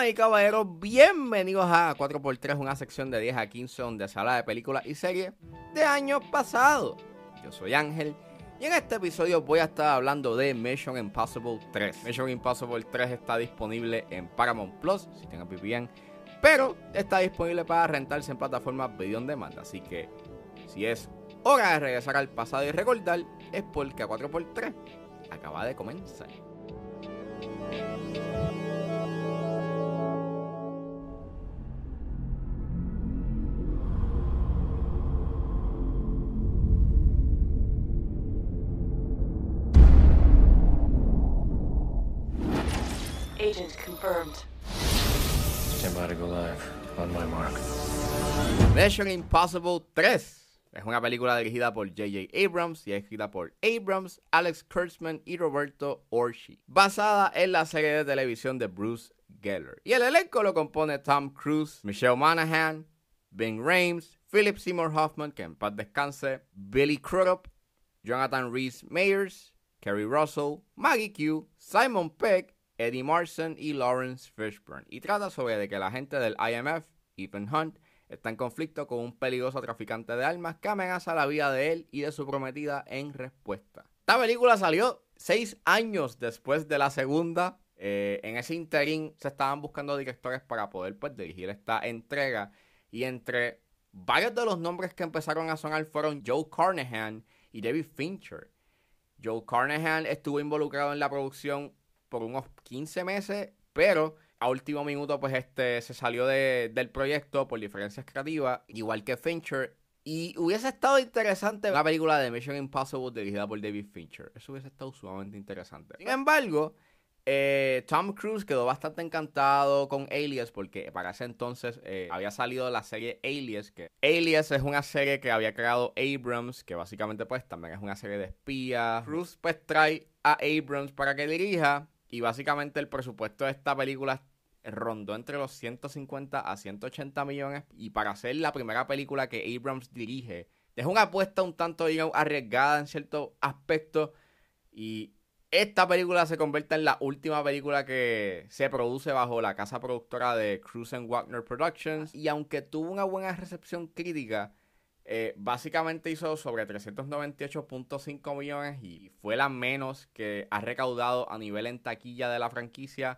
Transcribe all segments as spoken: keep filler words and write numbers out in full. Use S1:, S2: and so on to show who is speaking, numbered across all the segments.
S1: Damas y caballeros, bienvenidos a cuatro por tres, una sección de diez a quince donde se habla de películas y series de años pasados. Yo soy Ángel y en este episodio voy a estar hablando de Mission Impossible tres. Mission Impossible tres está disponible en Paramount Plus, si tienen V P N, pero está disponible para rentarse en plataformas video on demand, así que si es hora de regresar al pasado y recordar, es porque a cuatro por tres acaba de comenzar.
S2: Agent confirmed.
S3: Stand by to go live. On my mark.
S1: Mission Impossible tres es una película dirigida por J J Abrams y escrita por Abrams, Alex Kurtzman y Roberto Orci, basada en la serie de televisión de Bruce Geller. Y el elenco lo compone Tom Cruise, Michelle Monaghan, Ving Rhames, Philip Seymour Hoffman, que en paz descanse, Billy Crudup, Jonathan Rhys Meyers, Kerry Russell, Maggie Q, Simon Pegg, Eddie Marsan y Lawrence Fishburne, y trata sobre de que la agente del I M F, Ethan Hunt, está en conflicto con un peligroso traficante de armas que amenaza la vida de él y de su prometida en respuesta. Esta película salió seis años después de la segunda. Eh, en ese interín se estaban buscando directores para poder pues, dirigir esta entrega, y entre varios de los nombres que empezaron a sonar fueron Joe Carnahan y David Fincher. Joe Carnahan estuvo involucrado en la producción por unos quince meses, pero a último minuto pues este se salió de, del proyecto por diferencias creativas, igual que Fincher, y hubiese estado interesante una película de Mission Impossible dirigida por David Fincher. Eso hubiese estado sumamente interesante. Sin embargo, eh, Tom Cruise quedó bastante encantado con Alias, porque para ese entonces eh, había salido la serie Alias, que Alias es una serie que había creado Abrams, que básicamente pues también es una serie de espías. Cruise pues trae a Abrams para que dirija, y básicamente el presupuesto de esta película rondó entre los ciento cincuenta a ciento ochenta millones. Y para ser la primera película que Abrams dirige, es una apuesta un tanto, digamos, arriesgada en cierto aspecto. Y esta película se convierte en la última película que se produce bajo la casa productora de Cruise and Wagner Productions. Y aunque tuvo una buena recepción crítica, Eh, básicamente hizo sobre trescientos noventa y ocho punto cinco millones y fue la menos que ha recaudado a nivel en taquilla de la franquicia.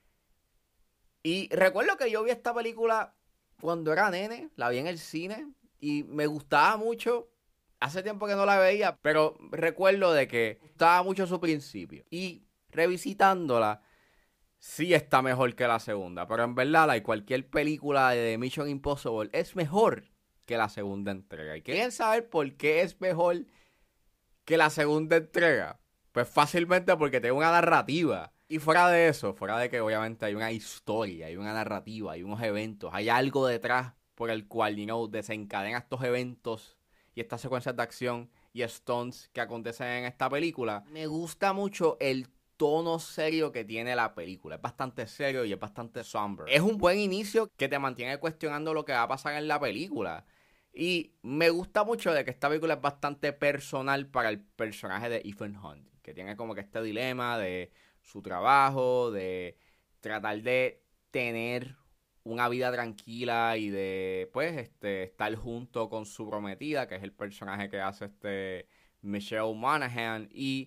S1: Y recuerdo que yo vi esta película cuando era nene, la vi en el cine y me gustaba mucho. Hace tiempo que no la veía, pero recuerdo de que me gustaba mucho su principio. Y revisitándola, sí está mejor que la segunda, pero en verdad like, cualquier película de Mission Impossible es mejor que la segunda entrega. ¿Y quieren saber por qué es mejor que la segunda entrega? Pues fácilmente porque tiene una narrativa. Y fuera de eso, fuera de que obviamente hay una historia, hay una narrativa, hay unos eventos, hay algo detrás por el cual, you know, desencadena estos eventos y estas secuencias de acción y stunts que acontecen en esta película. Me gusta mucho el tono serio que tiene la película. Es bastante serio y es bastante somber. Es un buen inicio que te mantiene cuestionando lo que va a pasar en la película. Y me gusta mucho de que esta película es bastante personal para el personaje de Ethan Hunt, que tiene como que este dilema de su trabajo, de tratar de tener una vida tranquila y de pues este estar junto con su prometida, que es el personaje que hace este Michelle Monaghan. Y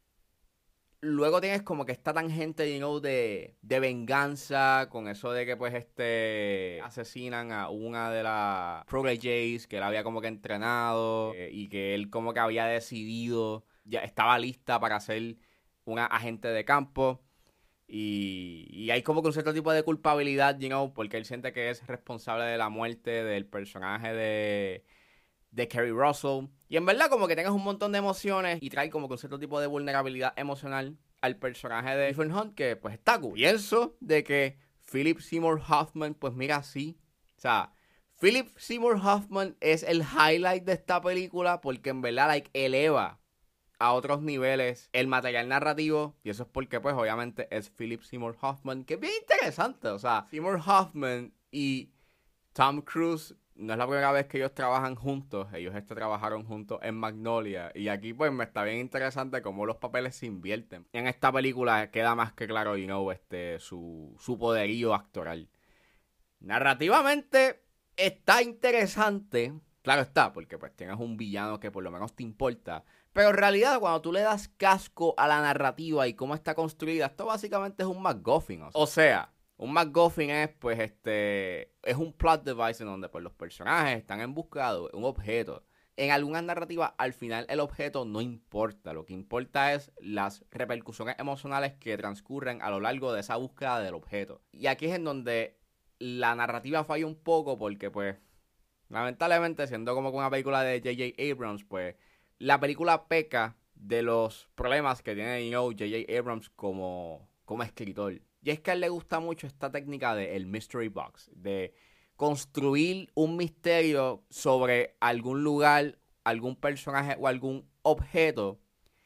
S1: luego tienes como que esta tangente, you know, de, de venganza, con eso de que pues este asesinan a una de las proteges que él había como que entrenado, eh, y que él como que había decidido, ya estaba lista para ser una agente de campo. Y, y hay como que un cierto tipo de culpabilidad, you know, porque él siente que es responsable de la muerte del personaje de... de Kerry Russell. Y en verdad como que tengas un montón de emociones y trae como que un cierto tipo de vulnerabilidad emocional al personaje de Ethan Hunt, que pues está cool. Pienso de que Philip Seymour Hoffman, pues mira, sí. O sea, Philip Seymour Hoffman es el highlight de esta película porque en verdad like, eleva a otros niveles el material narrativo. Y eso es porque pues obviamente es Philip Seymour Hoffman, que es bien interesante. O sea, Seymour Hoffman y Tom Cruise no es la primera vez que ellos trabajan juntos. Ellos este trabajaron juntos en Magnolia. Y aquí pues me está bien interesante cómo los papeles se invierten. En esta película queda más que claro, you know, este, su, su poderío actoral. Narrativamente está interesante. Claro está, porque pues tienes un villano que por lo menos te importa. Pero en realidad cuando tú le das casco a la narrativa y cómo está construida, esto básicamente es un MacGuffin. O sea, un MacGuffin es pues este es un plot device en donde pues los personajes están en busca de un objeto. En algunas narrativas al final el objeto no importa. Lo que importa es las repercusiones emocionales que transcurren a lo largo de esa búsqueda del objeto. Y aquí es en donde la narrativa falla un poco porque pues lamentablemente siendo como una película de J J Abrams pues la película peca de los problemas que tiene, you know, J J Abrams como, como escritor. Y es que a él le gusta mucho esta técnica del mystery box, de construir un misterio sobre algún lugar, algún personaje o algún objeto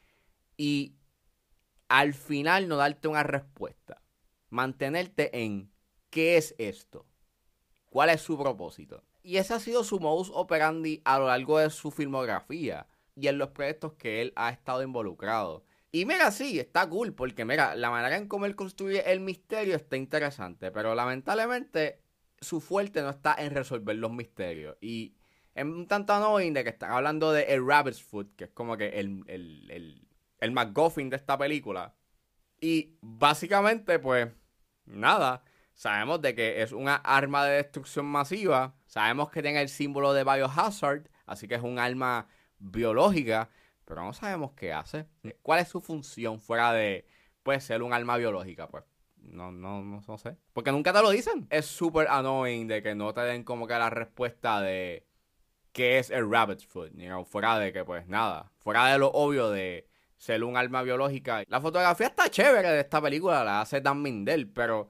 S1: y al final no darte una respuesta. Mantenerte en ¿qué es esto? ¿Cuál es su propósito? Y ese ha sido su modus operandi a lo largo de su filmografía y en los proyectos que él ha estado involucrado. Y mira, sí, está cool, porque mira, la manera en cómo él construye el misterio está interesante, pero lamentablemente su fuerte no está en resolver los misterios. Y es un tanto annoying de que están hablando de el Rabbit's Foot, que es como que el, el, el, el MacGuffin de esta película. Y básicamente, pues, nada, sabemos de que es una arma de destrucción masiva, sabemos que tiene el símbolo de Biohazard, así que es un arma biológica, pero no sabemos qué hace. ¿Cuál es su función fuera de, pues, ser un arma biológica? Pues, no, no, no, no sé. Porque nunca te lo dicen. Es súper annoying de que no te den como que la respuesta de qué es el Rabbit's Foot, you know, fuera de que, pues, nada. Fuera de lo obvio de ser un arma biológica. La fotografía está chévere de esta película, la hace Dan Mindel, pero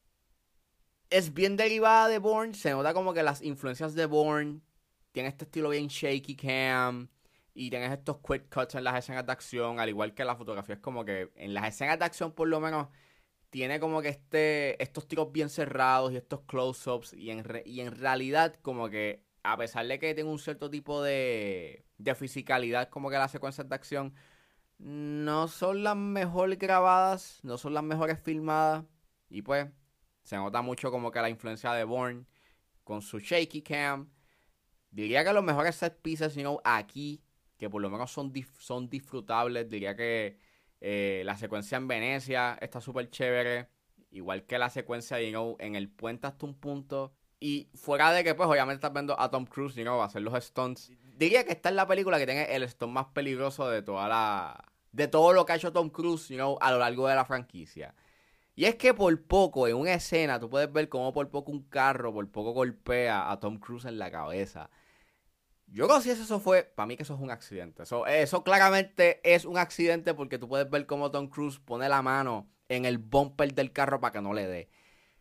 S1: es bien derivada de Bourne. Se nota como que las influencias de Bourne tienen este estilo bien shaky cam. Y tienes estos quick cuts en las escenas de acción, al igual que la fotografía es como que en las escenas de acción por lo menos tiene como que este estos tiros bien cerrados y estos close-ups y en, re, y en realidad como que a pesar de que tiene un cierto tipo de, de fisicalidad como que las secuencias de acción no son las mejor grabadas, no son las mejores filmadas y pues se nota mucho como que la influencia de Bourne con su shaky cam. Diría que los mejores set pieces, you know, aquí que por lo menos son, dif- son disfrutables. Diría que eh, la secuencia en Venecia está súper chévere. Igual que la secuencia, you know, en el puente hasta un punto. Y fuera de que, pues, obviamente estás viendo a Tom Cruise, you know, hacer los stunts. Diría que esta es la película que tiene el stunt más peligroso de toda la... de todo lo que ha hecho Tom Cruise, you know, a lo largo de la franquicia. Y es que por poco, en una escena, tú puedes ver cómo por poco un carro, por poco golpea a Tom Cruise en la cabeza. Yo creo que si eso fue, para mí que eso es un accidente. Eso, eso claramente es un accidente porque tú puedes ver cómo Tom Cruise pone la mano en el bumper del carro para que no le dé.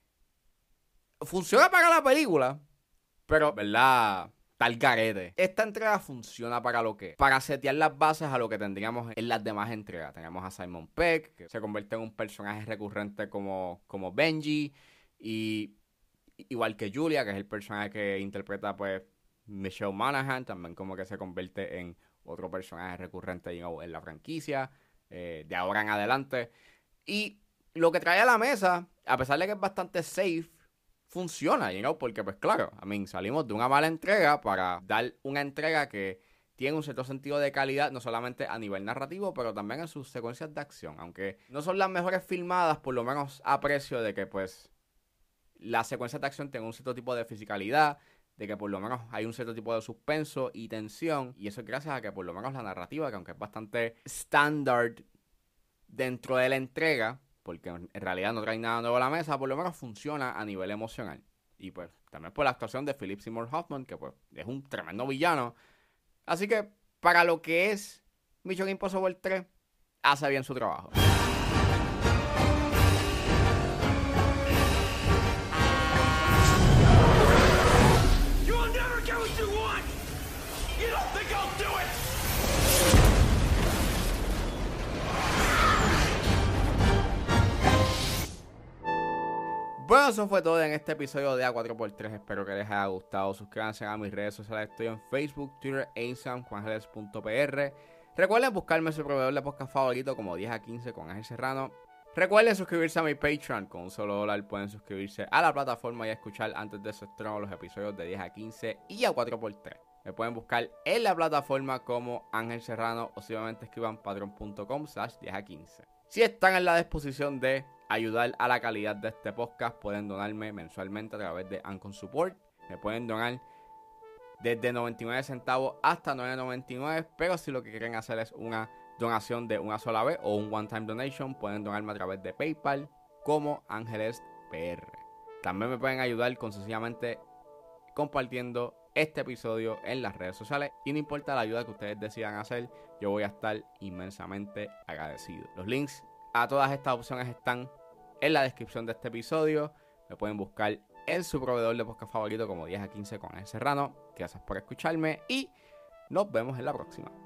S1: Funciona para la película, pero, ¿verdad? Tal garete. Esta entrega funciona para lo que, para setear las bases a lo que tendríamos en las demás entregas. Tenemos a Simon Pegg, que se convierte en un personaje recurrente como, como Benji, y igual que Julia, que es el personaje que interpreta, pues, Michelle Monaghan, también como que se convierte en otro personaje recurrente, you know, en la franquicia, eh, de ahora en adelante. Y lo que trae a la mesa, a pesar de que es bastante safe, funciona, you know, porque pues claro, I mean, salimos de una mala entrega para dar una entrega que tiene un cierto sentido de calidad, no solamente a nivel narrativo, pero también en sus secuencias de acción. Aunque no son las mejores filmadas, por lo menos aprecio de que pues las secuencias de acción tienen un cierto tipo de fisicalidad, de que por lo menos hay un cierto tipo de suspenso y tensión, y eso es gracias a que por lo menos la narrativa, que aunque es bastante estándar dentro de la entrega, porque en realidad no trae nada nuevo a la mesa, por lo menos funciona a nivel emocional. Y pues también por la actuación de Philip Seymour Hoffman, que pues es un tremendo villano. Así que para lo que es Mission Impossible tres, hace bien su trabajo. Bueno, eso fue todo en este episodio de A cuatro por tres. Espero que les haya gustado. Suscríbanse a mis redes sociales. Estoy en Facebook, Twitter e Instagram, juangeles punto p r. Recuerden buscarme su proveedor de podcast favorito como diez a quince con Ángel Serrano. Recuerden suscribirse a mi Patreon. Con un solo dólar pueden suscribirse a la plataforma y escuchar antes de su estreno los episodios de diez a quince y A cuatro por tres. Me pueden buscar en la plataforma como Ángel Serrano o simplemente escriban patreon punto com slash diez a quince. Si están en la disposición de ayudar a la calidad de este podcast, pueden donarme mensualmente a través de Anchor Support. Me pueden donar desde noventa y nueve centavos hasta nueve noventa y nueve, pero si lo que quieren hacer es una donación de una sola vez o un one time donation, pueden donarme a través de PayPal como Ángeles P R. También me pueden ayudar con sencillamente compartiendo este episodio en las redes sociales, y no importa la ayuda que ustedes decidan hacer, yo voy a estar inmensamente agradecido. Los links a todas estas opciones están en la descripción de este episodio. Me pueden buscar en su proveedor de podcast favorito como diez a quince con Ángel Serrano. Gracias por escucharme y nos vemos en la próxima.